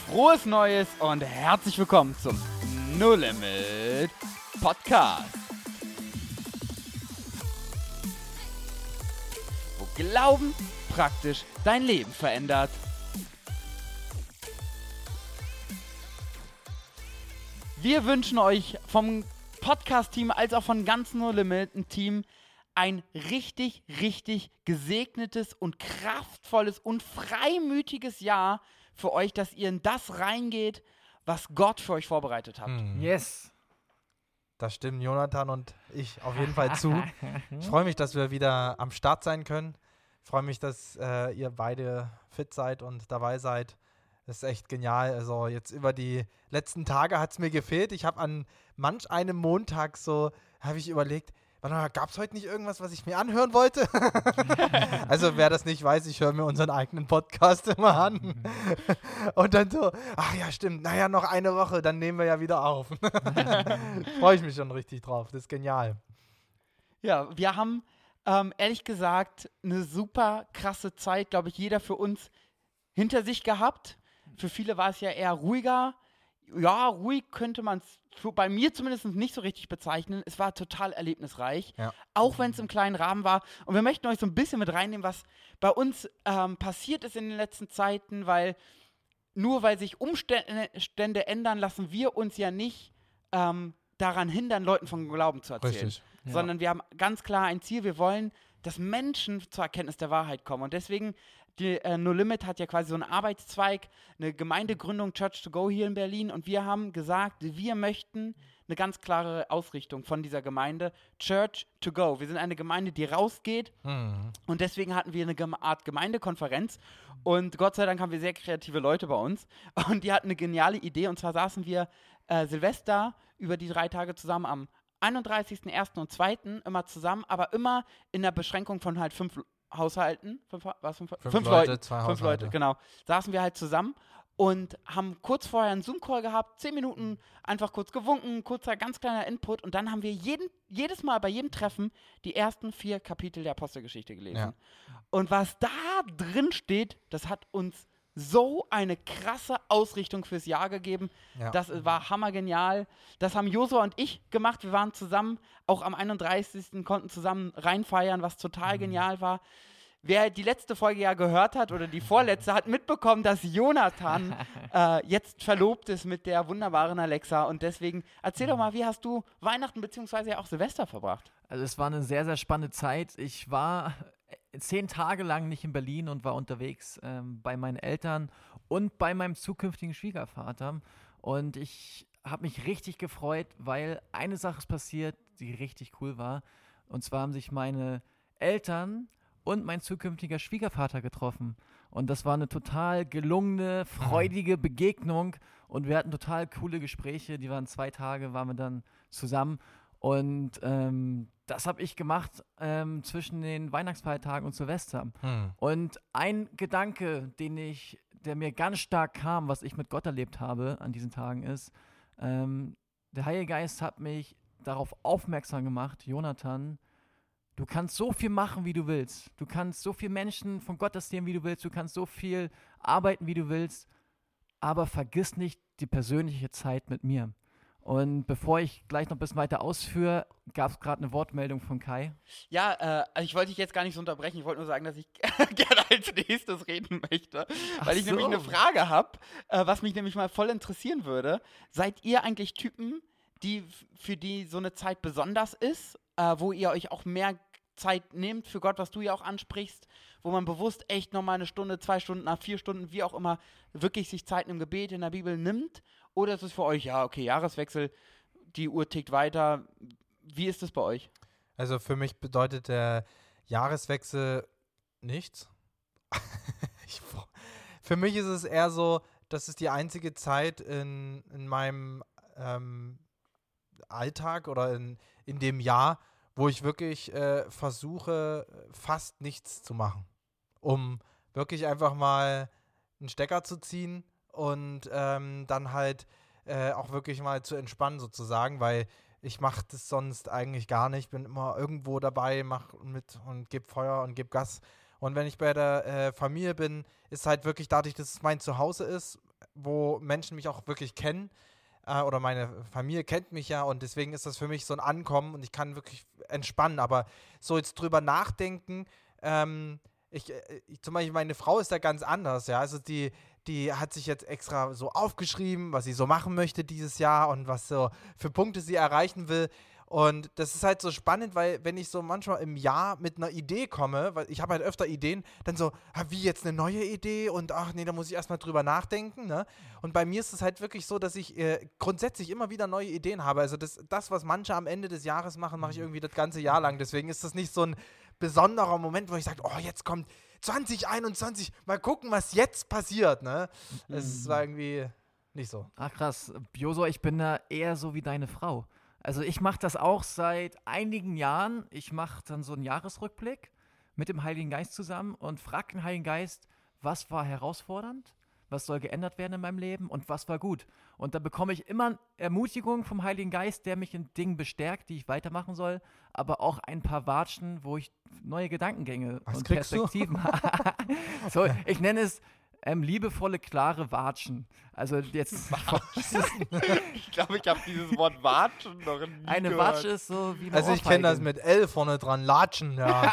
Frohes Neues und herzlich willkommen zum No Limit Podcast. Wo Glauben praktisch dein Leben verändert. Wir wünschen euch vom Podcast-Team als auch vom ganzen No Limit-Team ein richtig gesegnetes und kraftvolles und freimütiges Jahr für euch, dass ihr in das reingeht, was Gott für euch vorbereitet hat. Yes. Das stimmen Jonathan und ich auf jeden Fall zu. Ich freue mich, dass wir wieder am Start sein können. Ich freue mich, dass ihr beide fit seid und dabei seid. Das ist echt genial. Also jetzt über die letzten Tage hat es mir gefehlt. Ich habe an manch einem Montag habe ich überlegt, gab es heute nicht irgendwas, was ich mir anhören wollte? Also wer das nicht weiß, ich höre mir unseren eigenen Podcast immer an. Und dann so, ach ja, stimmt, naja, noch eine Woche, dann nehmen wir ja wieder auf. Freue ich mich schon richtig drauf, das ist genial. Ja, wir haben ehrlich gesagt eine super krasse Zeit, glaube ich, jeder für uns hinter sich gehabt. Für viele war es ja eher ruhiger. Ja, ruhig könnte man es bei mir zumindest nicht so richtig bezeichnen. Es war total erlebnisreich, auch wenn es im kleinen Rahmen war. Und wir möchten euch so ein bisschen mit reinnehmen, was bei uns passiert ist in den letzten Zeiten, weil nur weil sich Umstände ändern, lassen wir uns ja nicht daran hindern, Leuten von Glauben zu erzählen. Richtig. Sondern wir haben ganz klar ein Ziel, wir wollen, dass Menschen zur Erkenntnis der Wahrheit kommen. Und deswegen, die No Limit hat ja quasi so einen Arbeitszweig, eine Gemeindegründung Church to Go hier in Berlin. Und wir haben gesagt, wir möchten eine ganz klare Ausrichtung von dieser Gemeinde, Church to Go. Wir sind eine Gemeinde, die rausgeht. Und deswegen hatten wir eine Art Gemeindekonferenz. Und Gott sei Dank haben wir sehr kreative Leute bei uns. Und die hatten eine geniale Idee. Und zwar saßen wir Silvester über die 3 Tage zusammen am 31., 1. und 2. immer zusammen, aber immer in der Beschränkung von halt 5 Haushalten. Fünf Leute, 2 5 Leute, genau. Saßen wir halt zusammen und haben kurz vorher einen Zoom-Call gehabt, 10 Minuten einfach kurz gewunken, kurzer, ganz kleiner Input und dann haben wir jedes Mal bei jedem Treffen die ersten 4 Kapitel der Apostelgeschichte gelesen. Ja. Und was da drin steht, das hat uns so eine krasse Ausrichtung fürs Jahr gegeben. Ja. Das war hammergenial. Das haben Josua und ich gemacht. Wir waren zusammen, auch am 31. konnten zusammen reinfeiern, was total genial war. Wer die letzte Folge ja gehört hat oder die vorletzte, hat mitbekommen, dass Jonathan jetzt verlobt ist mit der wunderbaren Alexa. Und deswegen, erzähl doch mal, wie hast du Weihnachten bzw. ja auch Silvester verbracht? Also es war eine sehr, sehr spannende Zeit. Ich war 10 Tage lang nicht in Berlin und war unterwegs bei meinen Eltern und bei meinem zukünftigen Schwiegervater. Und ich habe mich richtig gefreut, weil eine Sache ist passiert, die richtig cool war. Und zwar haben sich meine Eltern und mein zukünftiger Schwiegervater getroffen. Und das war eine total gelungene, freudige Begegnung. Und wir hatten total coole Gespräche. Die waren 2 Tage, waren wir dann zusammen. Und das habe ich gemacht zwischen den Weihnachtsfeiertagen und Silvester. Und ein Gedanke, der mir ganz stark kam, was ich mit Gott erlebt habe an diesen Tagen ist, der Heilige Geist hat mich darauf aufmerksam gemacht, Jonathan, du kannst so viel machen, wie du willst. Du kannst so viele Menschen von Gott erzählen, wie du willst. Du kannst so viel arbeiten, wie du willst. Aber vergiss nicht die persönliche Zeit mit mir. Und bevor ich gleich noch ein bisschen weiter ausführe, gab es gerade eine Wortmeldung von Kai. Ja, also ich wollte dich jetzt gar nicht so unterbrechen. Ich wollte nur sagen, dass ich gerne als nächstes reden möchte, weil ich nämlich eine Frage habe, was mich nämlich mal voll interessieren würde. Seid ihr eigentlich Typen, für die so eine Zeit besonders ist, wo ihr euch auch mehr Zeit nehmt für Gott, was du ja auch ansprichst, wo man bewusst echt nochmal 1 Stunde, 2 Stunden, 4 Stunden, wie auch immer, wirklich sich Zeit im Gebet in der Bibel nimmt? Oder ist es für euch, ja, okay, Jahreswechsel, die Uhr tickt weiter. Wie ist es bei euch? Also für mich bedeutet der Jahreswechsel nichts. Für mich ist es eher so, das ist die einzige Zeit in meinem Alltag oder in dem Jahr, wo ich wirklich versuche, fast nichts zu machen, um wirklich einfach mal einen Stecker zu ziehen und dann halt auch wirklich mal zu entspannen sozusagen, weil ich mache das sonst eigentlich gar nicht, bin immer irgendwo dabei, mache mit und gebe Feuer und gebe Gas. Und wenn ich bei der Familie bin, ist halt wirklich dadurch, dass es mein Zuhause ist, wo Menschen mich auch wirklich kennen. Oder meine Familie kennt mich ja und deswegen ist das für mich so ein Ankommen und ich kann wirklich entspannen. Aber so jetzt drüber nachdenken, zum Beispiel meine Frau ist da ganz anders, ja. Also die hat sich jetzt extra so aufgeschrieben, was sie so machen möchte dieses Jahr und was so für Punkte sie erreichen will. Und das ist halt so spannend, weil wenn ich so manchmal im Jahr mit einer Idee komme, weil ich habe halt öfter Ideen, dann so, wie jetzt eine neue Idee und ach nee, da muss ich erstmal drüber nachdenken, ne? Und bei mir ist es halt wirklich so, dass ich grundsätzlich immer wieder neue Ideen habe. Also das, was manche am Ende des Jahres machen, mache ich irgendwie das ganze Jahr lang. Deswegen ist das nicht so ein besonderer Moment, wo ich sage, oh, jetzt kommt 2021, mal gucken, was jetzt passiert, ne? Es war irgendwie nicht so. Ach krass, Joso, ich bin da eher so wie deine Frau. Also ich mache das auch seit einigen Jahren. Ich mache dann so einen Jahresrückblick mit dem Heiligen Geist zusammen und frage den Heiligen Geist, was war herausfordernd, was soll geändert werden in meinem Leben und was war gut. Und da bekomme ich immer Ermutigung vom Heiligen Geist, der mich in Dingen bestärkt, die ich weitermachen soll, aber auch ein paar Watschen, wo ich neue Gedankengänge und Perspektiven habe. So, ich nenne es liebevolle, klare Watschen. Also jetzt. Ich glaube, ich habe dieses Wort Watschen noch nie eine gehört. Watsche ist so wie eine Also ich kenne das mit L vorne dran, Latschen, ja.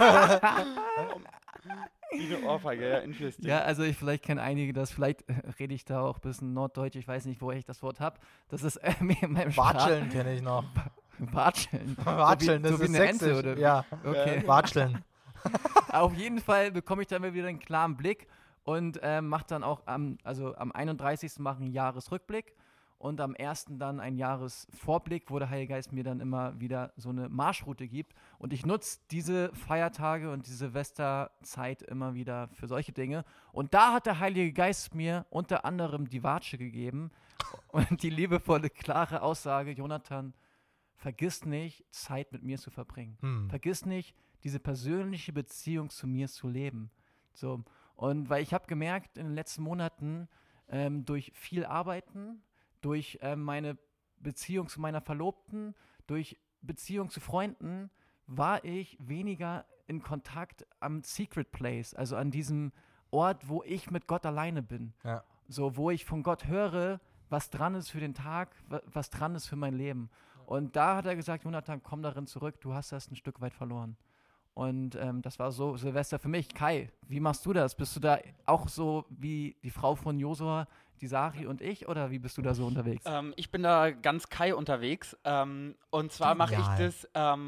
Wie eine Ohrfeige, ja, interesting. Ja, also vielleicht kennen einige das, vielleicht rede ich da auch ein bisschen norddeutsch, ich weiß nicht, woher ich das Wort habe. Das ist in meinem Watscheln kenne ich noch. Watscheln. Watscheln, so wie das ist eine Ente, sächsisch. oder? Ja, Okay. Watscheln. Auf jeden Fall bekomme ich dann wieder einen klaren Blick und mache dann auch am 31. mache einen Jahresrückblick und am 1. dann einen Jahresvorblick, wo der Heilige Geist mir dann immer wieder so eine Marschroute gibt. Und ich nutze diese Feiertage und die Silvesterzeit immer wieder für solche Dinge. Und da hat der Heilige Geist mir unter anderem die Watsche gegeben und die liebevolle, klare Aussage, Jonathan, vergiss nicht, Zeit mit mir zu verbringen. Vergiss nicht, diese persönliche Beziehung zu mir zu leben. So. Und weil ich habe gemerkt in den letzten Monaten, durch viel Arbeiten, durch meine Beziehung zu meiner Verlobten, durch Beziehung zu Freunden, war ich weniger in Kontakt am Secret Place, also an diesem Ort, wo ich mit Gott alleine bin. Ja. So, wo ich von Gott höre, was dran ist für den Tag, was dran ist für mein Leben. Und da hat er gesagt, Jonathan, komm darin zurück, du hast das ein Stück weit verloren. Und das war so Silvester für mich. Kai, wie machst du das? Bist du da auch so wie die Frau von Josua, die Sari und ich, oder wie bist du da so unterwegs? Ich bin da ganz Kai unterwegs. Und zwar mache ich das,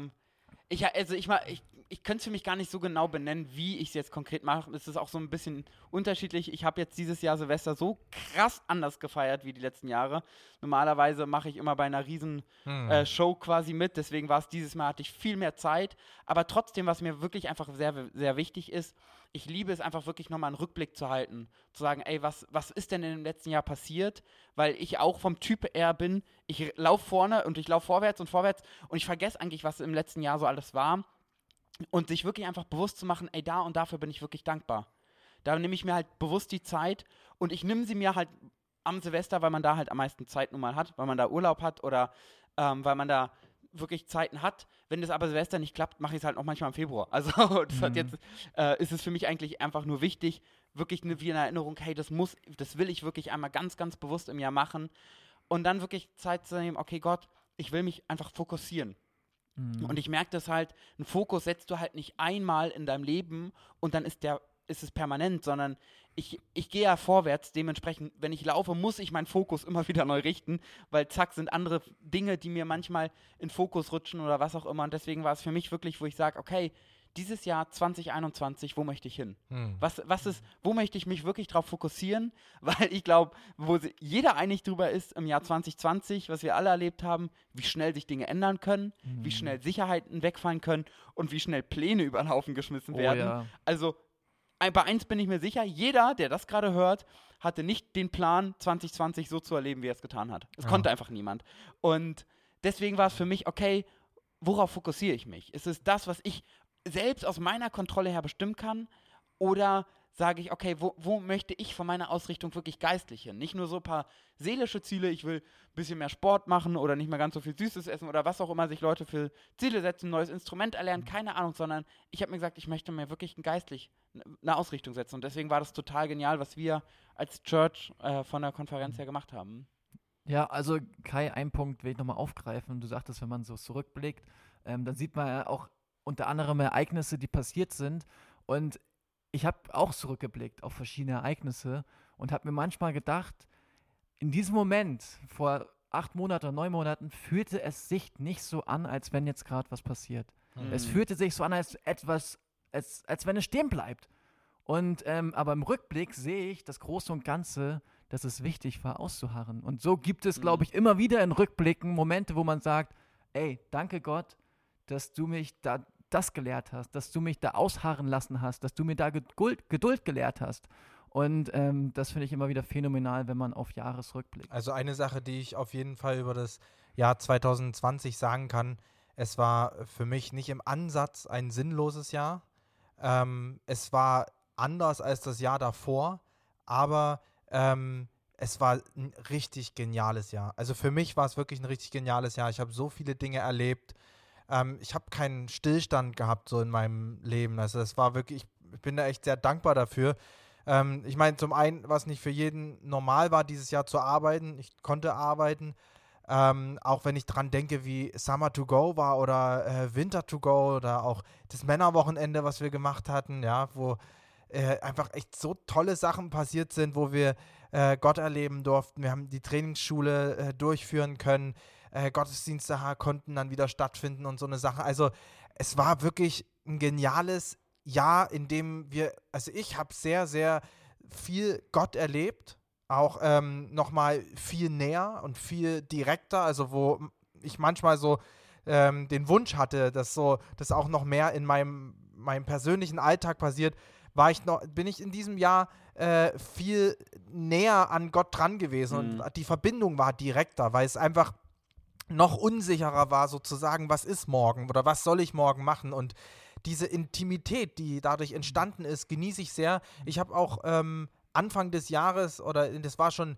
ich könnte es für mich gar nicht so genau benennen, wie ich es jetzt konkret mache. Es ist auch so ein bisschen unterschiedlich. Ich habe jetzt dieses Jahr Silvester so krass anders gefeiert wie die letzten Jahre. Normalerweise mache ich immer bei einer riesen Show quasi mit. Deswegen war es dieses Mal, hatte ich viel mehr Zeit. Aber trotzdem, was mir wirklich einfach sehr, sehr wichtig ist, ich liebe es einfach wirklich nochmal einen Rückblick zu halten. Zu sagen, ey, was ist denn in dem letzten Jahr passiert? Weil ich auch vom Typ eher bin, ich laufe vorne und ich laufe vorwärts und ich vergesse eigentlich, was im letzten Jahr so alles war. Und sich wirklich einfach bewusst zu machen, ey, da und dafür bin ich wirklich dankbar. Da nehme ich mir halt bewusst die Zeit und ich nehme sie mir halt am Silvester, weil man da halt am meisten Zeit nun mal hat, weil man da Urlaub hat oder weil man da wirklich Zeiten hat. Wenn das aber Silvester nicht klappt, mache ich es halt auch manchmal im Februar. Also das hat jetzt, ist es für mich eigentlich einfach nur wichtig, wirklich wie eine Erinnerung, hey, das will ich wirklich einmal ganz, ganz bewusst im Jahr machen und dann wirklich Zeit zu nehmen, okay Gott, ich will mich einfach fokussieren. Und ich merke das halt, einen Fokus setzt du halt nicht einmal in deinem Leben und dann ist es permanent, sondern ich gehe ja vorwärts, dementsprechend, wenn ich laufe, muss ich meinen Fokus immer wieder neu richten, weil zack, sind andere Dinge, die mir manchmal in Fokus rutschen oder was auch immer und deswegen war es für mich wirklich, wo ich sage, okay, dieses Jahr 2021, wo möchte ich hin? Wo möchte ich mich wirklich drauf fokussieren? Weil ich glaube, wo jeder einig drüber ist im Jahr 2020, was wir alle erlebt haben, wie schnell sich Dinge ändern können, wie schnell Sicherheiten wegfallen können und wie schnell Pläne über den Haufen geschmissen werden. Ja. Also bei eins bin ich mir sicher, jeder, der das gerade hört, hatte nicht den Plan, 2020 so zu erleben, wie er es getan hat. Es konnte einfach niemand. Und deswegen war es für mich, okay, worauf fokussiere ich mich? Ist es das, was ich selbst aus meiner Kontrolle her bestimmen kann? Oder sage ich, okay, wo möchte ich von meiner Ausrichtung wirklich geistlich hin? Nicht nur so ein paar seelische Ziele, ich will ein bisschen mehr Sport machen oder nicht mehr ganz so viel Süßes essen oder was auch immer sich Leute für Ziele setzen, ein neues Instrument erlernen, keine Ahnung, sondern ich habe mir gesagt, ich möchte mir wirklich geistlich eine Ausrichtung setzen. Und deswegen war das total genial, was wir als Church von der Konferenz her gemacht haben. Ja, also Kai, einen Punkt will ich nochmal aufgreifen. Du sagtest, wenn man so zurückblickt, dann sieht man ja auch unter anderem Ereignisse, die passiert sind. Und ich habe auch zurückgeblickt auf verschiedene Ereignisse und habe mir manchmal gedacht, in diesem Moment, vor 8 Monaten oder 9 Monaten, fühlte es sich nicht so an, als wenn jetzt gerade was passiert. Es fühlte sich so an, als wenn es stehen bleibt. Und aber im Rückblick sehe ich das Große und Ganze, dass es wichtig war, auszuharren. Und so gibt es, glaube ich, immer wieder in Rückblicken Momente, wo man sagt, ey, danke Gott, dass du mich da das gelehrt hast, dass du mich da ausharren lassen hast, dass du mir da Geduld gelehrt hast. Und das finde ich immer wieder phänomenal, wenn man auf Jahre zurückblickt. Also eine Sache, die ich auf jeden Fall über das Jahr 2020 sagen kann, es war für mich nicht im Ansatz ein sinnloses Jahr. Es war anders als das Jahr davor, aber es war ein richtig geniales Jahr. Also für mich war es wirklich ein richtig geniales Jahr. Ich habe so viele Dinge erlebt. Ich habe keinen Stillstand gehabt so in meinem Leben. Also das war wirklich, ich bin da echt sehr dankbar dafür. Ich meine, zum einen, was nicht für jeden normal war, dieses Jahr zu arbeiten. Ich konnte arbeiten. Auch wenn ich dran denke, wie Summer to Go war oder Winter to Go oder auch das Männerwochenende, was wir gemacht hatten, ja, wo einfach echt so tolle Sachen passiert sind, wo wir Gott erleben durften. Wir haben die Trainingsschule durchführen können. Gottesdienste konnten dann wieder stattfinden und so eine Sache. Also es war wirklich ein geniales Jahr, in dem ich habe sehr, sehr viel Gott erlebt, auch nochmal viel näher und viel direkter, also wo ich manchmal so den Wunsch hatte, dass auch noch mehr in meinem persönlichen Alltag passiert, bin ich in diesem Jahr viel näher an Gott dran gewesen und die Verbindung war direkter, weil es einfach noch unsicherer war sozusagen, was ist morgen oder was soll ich morgen machen, und diese Intimität, die dadurch entstanden ist, genieße ich sehr. Ich habe auch Anfang des Jahres, oder das war schon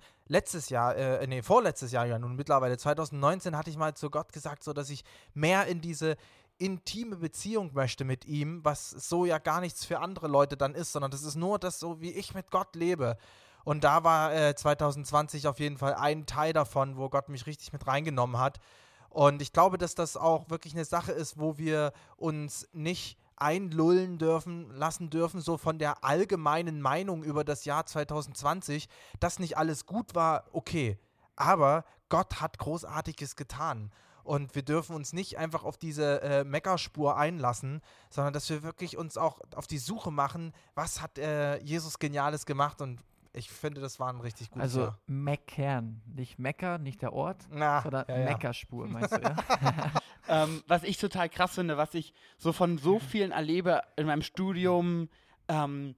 vorletztes Jahr ja nun mittlerweile, 2019, hatte ich mal zu Gott gesagt, so dass ich mehr in diese intime Beziehung möchte mit ihm, was so ja gar nichts für andere Leute dann ist, sondern das ist nur das, so wie ich mit Gott lebe. Und da war 2020 auf jeden Fall ein Teil davon, wo Gott mich richtig mit reingenommen hat. Und ich glaube, dass das auch wirklich eine Sache ist, wo wir uns nicht einlullen lassen dürfen, so von der allgemeinen Meinung über das Jahr 2020, dass nicht alles gut war, okay. Aber Gott hat Großartiges getan. Und wir dürfen uns nicht einfach auf diese Meckerspur einlassen, sondern dass wir wirklich uns auch auf die Suche machen, was hat Jesus Geniales gemacht. Und ich finde, das war ein richtig gutes Jahr. Also Meckern, nicht Mecker, nicht der Ort, sondern ja. Meckerspur, meinst du, ja? Was ich total krass finde, was ich so von so vielen erlebe in meinem Studium, in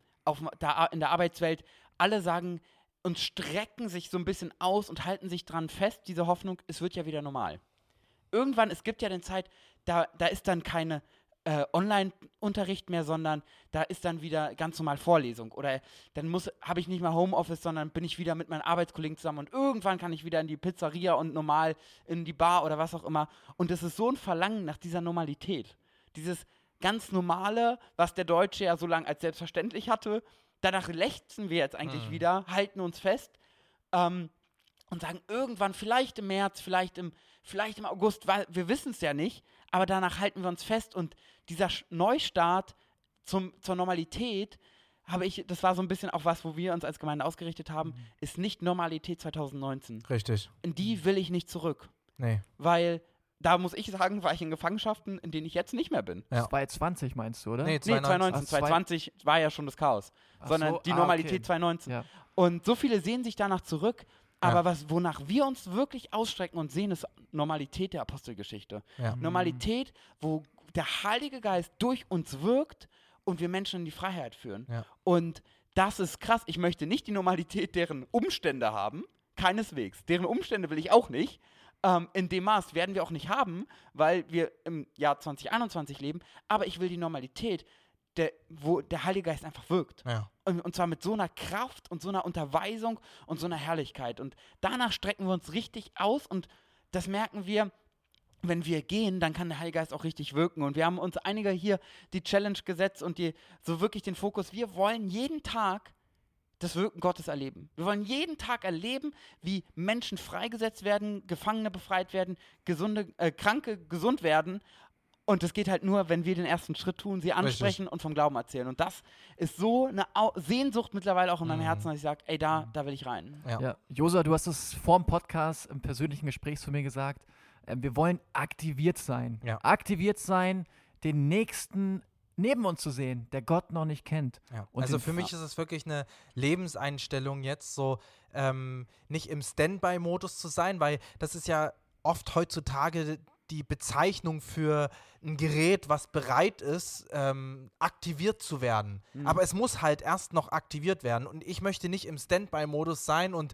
der Arbeitswelt, alle sagen und strecken sich so ein bisschen aus und halten sich dran fest, diese Hoffnung, es wird ja wieder normal. Irgendwann, es gibt ja eine Zeit, da ist dann keine Online-Unterricht mehr, sondern da ist dann wieder ganz normal Vorlesung. Oder dann habe ich nicht mehr Homeoffice, sondern bin ich wieder mit meinen Arbeitskollegen zusammen und irgendwann kann ich wieder in die Pizzeria und normal in die Bar oder was auch immer. Und es ist so ein Verlangen nach dieser Normalität. Dieses ganz Normale, was der Deutsche ja so lange als selbstverständlich hatte, danach lechzen wir jetzt eigentlich wieder, halten uns fest und sagen irgendwann, vielleicht im März, vielleicht im August, weil wir wissen es ja nicht, aber danach halten wir uns fest, und dieser Neustart zur Normalität, das war so ein bisschen auch was, wo wir uns als Gemeinde ausgerichtet haben, ist nicht Normalität 2019. Richtig. In die will ich nicht zurück. Nee. Weil, da muss ich sagen, war ich in Gefangenschaften, in denen ich jetzt nicht mehr bin. Ja. 2020 meinst du, oder? Nee, 2019. 2020 war ja schon das Chaos. Sondern die Normalität okay. 2019. Ja. Und so viele sehen sich danach zurück. Aber wonach wir uns wirklich ausstrecken und sehen, ist Normalität der Apostelgeschichte. Ja. Normalität, wo der Heilige Geist durch uns wirkt und wir Menschen in die Freiheit führen. Ja. Und das ist krass. Ich möchte nicht die Normalität deren Umstände haben, keineswegs. Deren Umstände will ich auch nicht. In dem Maß werden wir auch nicht haben, weil wir im Jahr 2021 leben. Aber ich will die Normalität, wo der Heilige Geist einfach wirkt. Ja. Und zwar mit so einer Kraft und so einer Unterweisung und so einer Herrlichkeit. Und danach strecken wir uns richtig aus und das merken wir, wenn wir gehen, dann kann der Heilige Geist auch richtig wirken. Und wir haben uns einige hier die Challenge gesetzt und so wirklich den Fokus, wir wollen jeden Tag das Wirken Gottes erleben. Wir wollen jeden Tag erleben, wie Menschen freigesetzt werden, Gefangene befreit werden, Kranke gesund werden. Und das geht halt nur, wenn wir den ersten Schritt tun, sie ansprechen und vom Glauben erzählen. Und das ist so eine Sehnsucht mittlerweile auch in meinem Herzen, dass ich sage, ey, da will ich rein. Ja. Josa, du hast es vor dem Podcast im persönlichen Gespräch zu mir gesagt, wir wollen aktiviert sein. Ja. Aktiviert sein, den Nächsten neben uns zu sehen, der Gott noch nicht kennt. Ja. Also für mich ist es wirklich eine Lebenseinstellung jetzt so, nicht im Standby-Modus zu sein, weil das ist ja oft heutzutage die Bezeichnung für ein Gerät, was bereit ist, aktiviert zu werden. Aber es muss halt erst noch aktiviert werden. Und ich möchte nicht im Standby-Modus sein und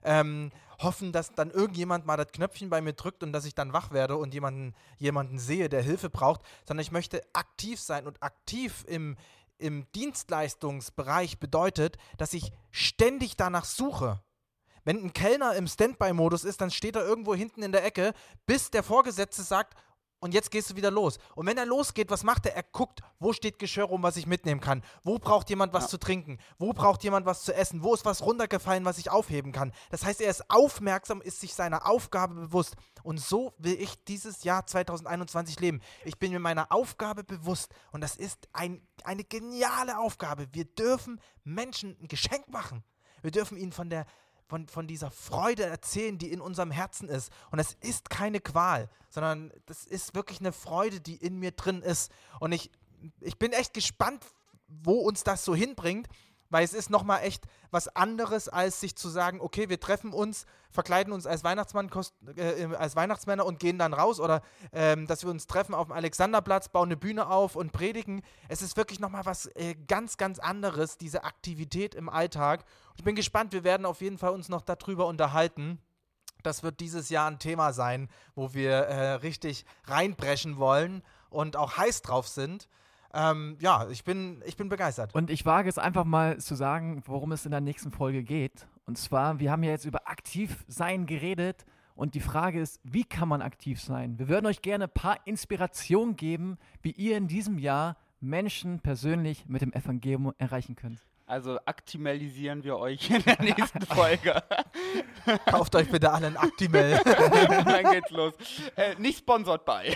hoffen, dass dann irgendjemand mal das Knöpfchen bei mir drückt und dass ich dann wach werde und jemanden sehe, der Hilfe braucht, sondern ich möchte aktiv sein. Und aktiv im Dienstleistungsbereich bedeutet, dass ich ständig danach suche. Wenn ein Kellner im Standby-Modus ist, dann steht er irgendwo hinten in der Ecke, bis der Vorgesetzte sagt, und jetzt gehst du wieder los. Und wenn er losgeht, was macht er? Er guckt, wo steht Geschirr rum, was ich mitnehmen kann? Wo braucht jemand was zu trinken? Wo braucht jemand was zu essen? Wo ist was runtergefallen, was ich aufheben kann? Das heißt, er ist aufmerksam, ist sich seiner Aufgabe bewusst. Und so will ich dieses Jahr 2021 leben. Ich bin mir meiner Aufgabe bewusst. Und das ist eine geniale Aufgabe. Wir dürfen Menschen ein Geschenk machen. Wir dürfen ihnen von dieser Freude erzählen, die in unserem Herzen ist. Und es ist keine Qual, sondern das ist wirklich eine Freude, die in mir drin ist. Und ich bin echt gespannt, wo uns das so hinbringt, weil es ist nochmal echt was anderes, als sich zu sagen, okay, wir treffen uns, verkleiden uns als Weihnachtsmänner und gehen dann raus oder dass wir uns treffen auf dem Alexanderplatz, bauen eine Bühne auf und predigen. Es ist wirklich nochmal was ganz, ganz anderes, diese Aktivität im Alltag. Ich bin gespannt, wir werden auf jeden Fall uns noch darüber unterhalten. Das wird dieses Jahr ein Thema sein, wo wir richtig reinbrechen wollen und auch heiß drauf sind. Ich bin begeistert. Und ich wage es einfach mal zu sagen, worum es in der nächsten Folge geht. Und zwar, wir haben ja jetzt über Aktivsein geredet und die Frage ist, wie kann man aktiv sein? Wir würden euch gerne ein paar Inspirationen geben, wie ihr in diesem Jahr Menschen persönlich mit dem Evangelium erreichen könnt. Also aktimalisieren wir euch in der nächsten Folge. Kauft euch bitte alle ein Actimel. Dann geht's los. Nicht sponsored by.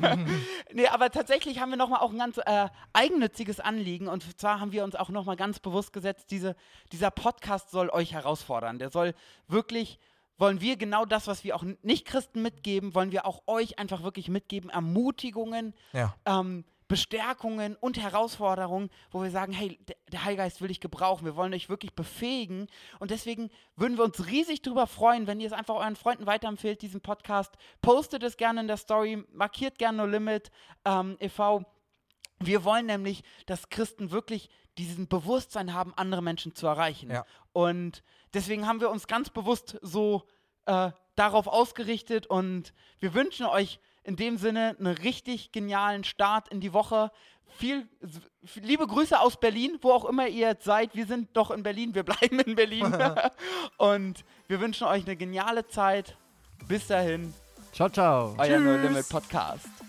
Nee, aber tatsächlich haben wir nochmal auch ein ganz eigennütziges Anliegen. Und zwar haben wir uns auch nochmal ganz bewusst gesetzt, dieser Podcast soll euch herausfordern. Der soll wirklich, wollen wir genau das, was wir auch Nicht-Christen mitgeben, wollen wir auch euch einfach wirklich mitgeben. Ermutigungen, Bestärkungen und Herausforderungen, wo wir sagen, hey, der Heilige Geist will dich gebrauchen, wir wollen euch wirklich befähigen und deswegen würden wir uns riesig darüber freuen, wenn ihr es einfach euren Freunden weiterempfehlt, diesen Podcast, postet es gerne in der Story, markiert gerne No Limit e.V. Wir wollen nämlich, dass Christen wirklich diesen Bewusstsein haben, andere Menschen zu erreichen. Ja. Und deswegen haben wir uns ganz bewusst so darauf ausgerichtet und wir wünschen euch in dem Sinne einen richtig genialen Start in die Woche. Liebe Grüße aus Berlin, wo auch immer ihr jetzt seid. Wir sind doch in Berlin, wir bleiben in Berlin. Und wir wünschen euch eine geniale Zeit. Bis dahin. Ciao, ciao. Euer No Limit Podcast.